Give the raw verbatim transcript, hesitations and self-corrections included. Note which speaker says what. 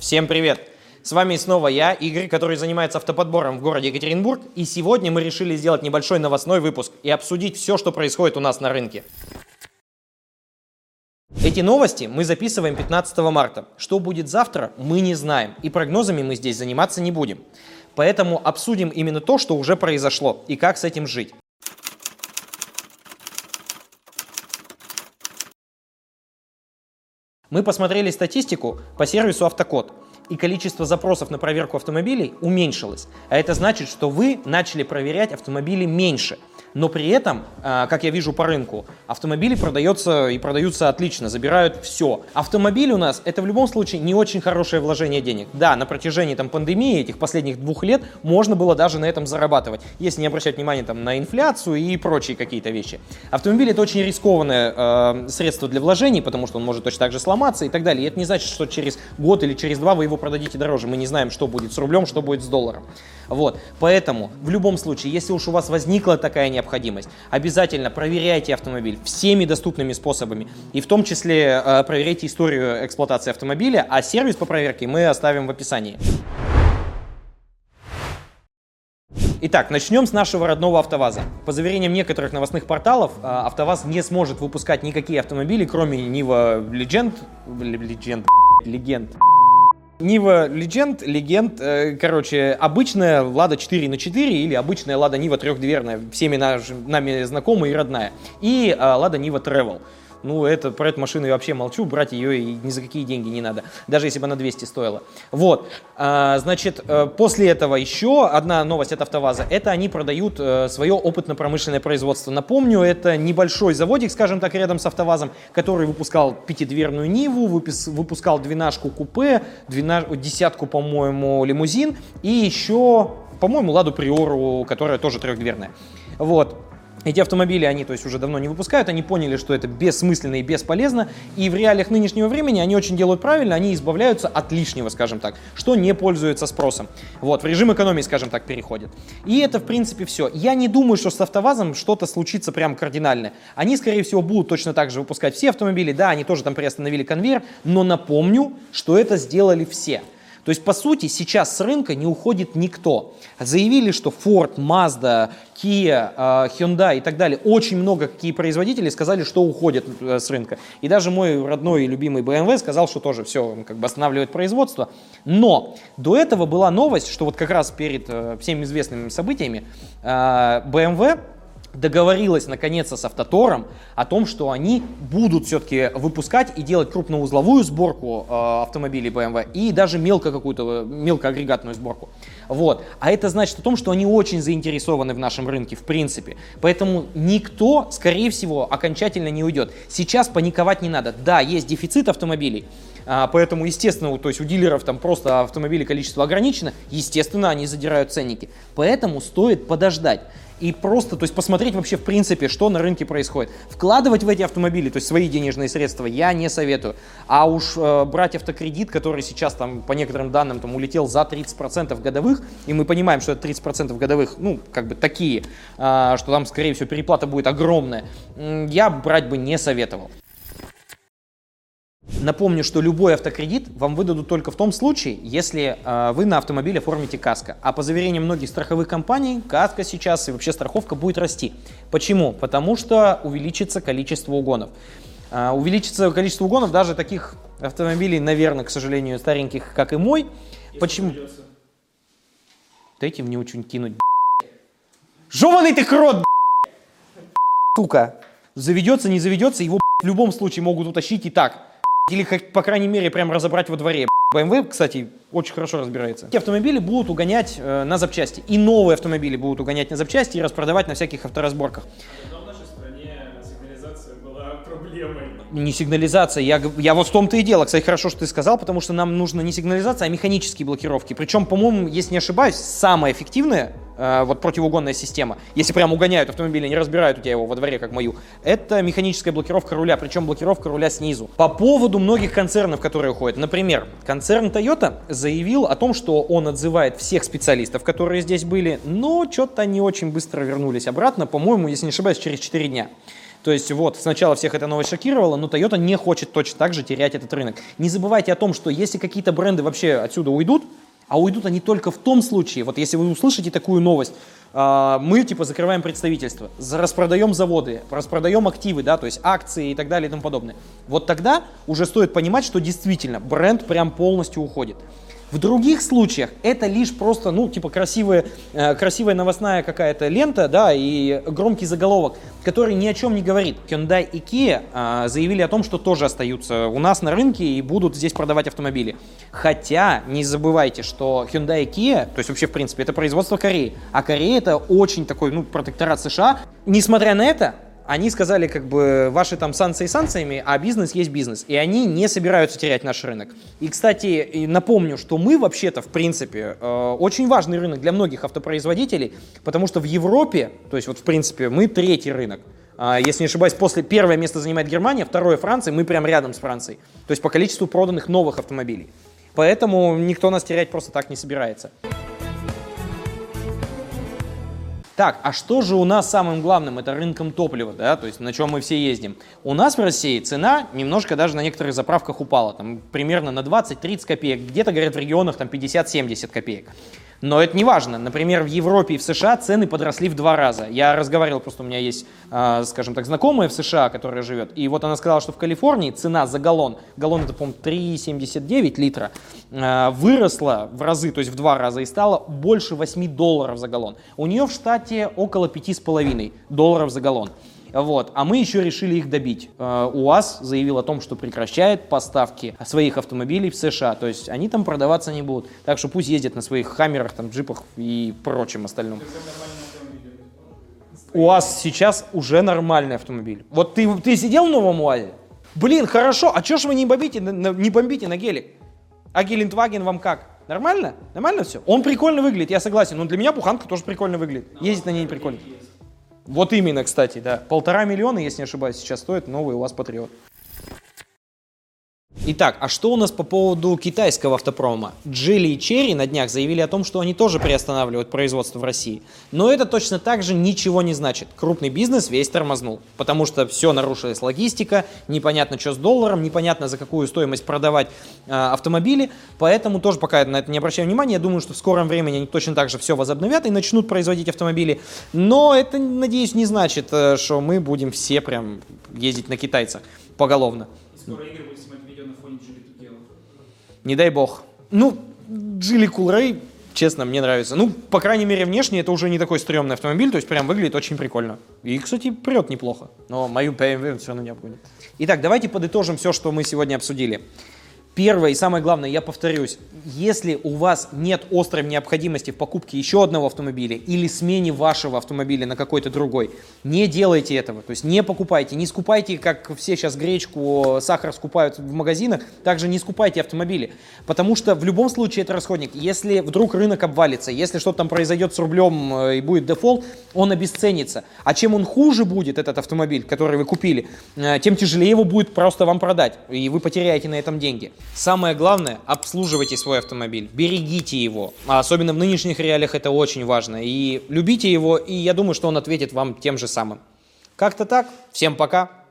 Speaker 1: Всем привет! С вами снова я, Игорь, который занимается автоподбором в городе Екатеринбург, и сегодня мы решили сделать небольшой новостной выпуск и обсудить все, что происходит у нас на рынке. Эти новости мы записываем пятнадцатого марта. Что будет завтра, мы не знаем, и прогнозами мы здесь заниматься не будем. Поэтому обсудим именно то, что уже произошло, и как с этим жить. Мы посмотрели статистику по сервису Автокод, и количество запросов на проверку автомобилей уменьшилось. А это значит, что вы начали проверять автомобили меньше. Но при этом, как я вижу по рынку, автомобили продаются и продаются отлично, забирают все. Автомобиль у нас это в любом случае не очень хорошее вложение денег. Да, на протяжении там, пандемии этих последних двух лет можно было даже на этом зарабатывать, если не обращать внимания там, на инфляцию и прочие какие-то вещи. Автомобиль это очень рискованное э, средство для вложений, потому что он может точно так же сломаться и так далее. И это не значит, что через год или через два вы его продадите дороже. Мы не знаем, что будет с рублем, что будет с долларом. Вот. Поэтому в любом случае, если уж у вас возникла такая необходимость, обязательно проверяйте автомобиль всеми доступными способами. И в том числе э, проверяйте историю эксплуатации автомобиля, а сервис по проверке мы оставим в описании. Итак, начнем с нашего родного АвтоВАЗа. По заверениям некоторых новостных порталов, АвтоВАЗ не сможет выпускать никакие автомобили, кроме Нива Legend, Legend, Legend. Нива Legend, Legend, короче, обычная Лада четыре на четыре или обычная Лада Нива трехдверная, всеми наш, нами знакомая и родная, и Лада Нива Travel. Ну, это, про эту машину я вообще молчу, брать ее и ни за какие деньги не надо, даже если бы она двести стоила. Вот, а, значит, после этого еще одна новость от АвтоВАЗа, это они продают свое опытно-промышленное производство. Напомню, это небольшой заводик, скажем так, рядом с АвтоВАЗом, который выпускал пятидверную Ниву, выпускал двенашку купе, двенаш... десятку, по-моему, лимузин и еще, по-моему, Ладу Приору, которая тоже трехдверная. Вот. Эти автомобили они, то есть, уже давно не выпускают, они поняли, что это бессмысленно и бесполезно, и в реалиях нынешнего времени они очень делают правильно, они избавляются от лишнего, скажем так, что не пользуется спросом. Вот, в режим экономии, скажем так, переходят. И это, в принципе, все. Я не думаю, что с АвтоВАЗом что-то случится прям кардинальное. Они, скорее всего, будут точно так же выпускать все автомобили, да, они тоже там приостановили конвейер, но напомню, что это сделали все. То есть, по сути, сейчас с рынка не уходит никто. Заявили, что Ford, Mazda, Kia, Hyundai и так далее, очень много какие производители сказали, что уходят с рынка. И даже мой родной и любимый бэ эм вэ сказал, что тоже все, как бы останавливает производство. Но до этого была новость, что вот как раз перед всеми известными событиями бэ эм вэ договорилась наконец-то с Автотором о том, что они будут все-таки выпускать и делать крупноузловую сборку э, автомобилей бэ эм вэ и даже мелко какую-то мелкоагрегатную сборку. Вот. А это значит о том, что они очень заинтересованы в нашем рынке, в принципе. Поэтому никто, скорее всего, окончательно не уйдет. Сейчас паниковать не надо. Да, есть дефицит автомобилей, а, поэтому, естественно, то есть у дилеров там просто автомобилей количество ограничено, естественно, они задирают ценники. Поэтому стоит подождать. И просто, то есть посмотреть вообще в принципе, что на рынке происходит. Вкладывать в эти автомобили, то есть свои денежные средства, я не советую. А уж э, брать автокредит, который сейчас там по некоторым данным там улетел за тридцать процентов годовых, и мы понимаем, что это тридцать процентов годовых, ну, как бы такие, э, что там, скорее всего, переплата будет огромная, э, я брать бы не советовал. Напомню, что любой автокредит вам выдадут только в том случае, если э, вы на автомобиль оформите каско. А по заверениям многих страховых компаний, каско сейчас и вообще страховка будет расти. Почему? Потому что увеличится количество угонов. Э, увеличится количество угонов даже таких автомобилей, наверное, к сожалению, стареньких, как и мой. Если Почему? Придется. Дайте мне очень кинуть. Жеваный ты крот, сука. Заведется, не заведется, его в любом случае могут утащить и так. Или, как, по крайней мере, прям разобрать во дворе. бэ эм вэ, кстати, очень хорошо разбирается. Эти автомобили будут угонять э, на запчасти. И новые автомобили будут угонять на запчасти и распродавать на всяких авторазборках.
Speaker 2: Но в нашей стране сигнализация была проблемой.
Speaker 1: Не сигнализация, я, я вот в том-то и дело. Кстати, хорошо, что ты сказал, потому что нам нужна не сигнализация, а механические блокировки. Причем, по-моему, если не ошибаюсь, самая эффективная э, вот противоугонная система, если прям угоняют автомобиль, не разбирают у тебя его во дворе, как мою, это механическая блокировка руля, причем блокировка руля снизу. По поводу многих концернов, которые уходят. Например, концерн Toyota заявил о том, что он отзывает всех специалистов, которые здесь были, но что-то они очень быстро вернулись обратно, по-моему, если не ошибаюсь, через четыре дня. То есть вот сначала всех эта новость шокировала, но Toyota не хочет точно так же терять этот рынок. Не забывайте о том, что если какие-то бренды вообще отсюда уйдут, а уйдут они только в том случае, вот если вы услышите такую новость, мы типа закрываем представительство, распродаем заводы, распродаем активы, да, то есть акции и так далее и тому подобное. Вот тогда уже стоит понимать, что действительно бренд прям полностью уходит. В других случаях это лишь просто, ну, типа красивая, э, красивая новостная какая-то лента, да, и громкий заголовок, который ни о чем не говорит. Hyundai и Kia э, заявили о том, что тоже остаются у нас на рынке и будут здесь продавать автомобили. Хотя, не забывайте, что Hyundai и Kia, то есть вообще, в принципе, это производство Кореи, а Корея это очень такой, ну, протекторат США. Несмотря на это, они сказали, как бы, ваши там санкции санкциями, а бизнес есть бизнес. И они не собираются терять наш рынок. И, кстати, напомню, что мы вообще-то, в принципе, очень важный рынок для многих автопроизводителей, потому что в Европе, то есть вот, в принципе, мы третий рынок. Если не ошибаюсь, после первое место занимает Германия, второе Франция, мы прям рядом с Францией. То есть по количеству проданных новых автомобилей. Поэтому никто нас терять просто так не собирается. Так, а что же у нас самым главным? Это рынком топлива, да, то есть на чем мы все ездим. У нас в России цена немножко даже на некоторых заправках упала, там примерно на двадцать-тридцать копеек, где-то, говорят, в регионах там пятьдесят-семьдесят копеек. Но это не важно. Например, в Европе и в США цены подросли в два раза. Я разговаривал, просто у меня есть, э, скажем так, знакомая в США, которая живет, и вот она сказала, что в Калифорнии цена за галлон, галлон это, по-моему, три семьдесят девять литра, э, выросла в разы, то есть в два раза, и стала больше восемь долларов за галлон. У нее в штате около пять с половиной долларов за галлон. Вот. А мы еще решили их добить. УАЗ заявил о том, что прекращает поставки своих автомобилей в США. То есть они там продаваться не будут. Так что пусть ездят на своих хаммерах, там, джипах и прочем остальном. УАЗ сейчас уже нормальный автомобиль. Вот ты, ты сидел в новом УАЗе? Блин, хорошо. А что ж вы не бомбите, не бомбите на гелик? А Гелендваген вам как? Нормально? Нормально все? Он прикольно выглядит, я согласен. Но для меня буханка тоже прикольно выглядит. Ездить на ней прикольно. Вот именно, кстати, да. Полтора миллиона, если не ошибаюсь, сейчас стоит новый УАЗ Патриот. Итак, а что у нас по поводу китайского автопрома? Geely и Chery на днях заявили о том, что они тоже приостанавливают производство в России. Но это точно так же ничего не значит. Крупный бизнес весь тормознул, потому что все нарушилась логистика, непонятно что с долларом, непонятно за какую стоимость продавать э, автомобили. Поэтому тоже пока я на это не обращаю внимания. Я думаю, что в скором времени они точно так же все возобновят и начнут производить автомобили. Но это, надеюсь, не значит, э, что мы будем все прям ездить на китайцах поголовно.
Speaker 2: Скоро Игорь будет снимать видео на фоне Geely Tugela.
Speaker 1: Не дай бог. Ну, Geely Coolray, честно, мне нравится. Ну, по крайней мере, внешне это уже не такой стрёмный автомобиль, то есть прям выглядит очень прикольно. И, кстати, прет неплохо. Но мою бэ эм вэ все равно не обгонит. Итак, давайте подытожим все, что мы сегодня обсудили. Первое и самое главное, я повторюсь, если у вас нет острой необходимости в покупке еще одного автомобиля или смене вашего автомобиля на какой-то другой, не делайте этого, то есть не покупайте, не скупайте, как все сейчас гречку, сахар скупают в магазинах, также не скупайте автомобили, потому что в любом случае это расходник. Если вдруг рынок обвалится, если что-то там произойдет с рублем и будет дефолт, он обесценится. А чем он хуже будет, этот автомобиль, который вы купили, тем тяжелее его будет просто вам продать, и вы потеряете на этом деньги. Самое главное, обслуживайте свой автомобиль, берегите его, а особенно в нынешних реалиях это очень важно, и любите его, и я думаю, что он ответит вам тем же самым. Как-то так, всем пока!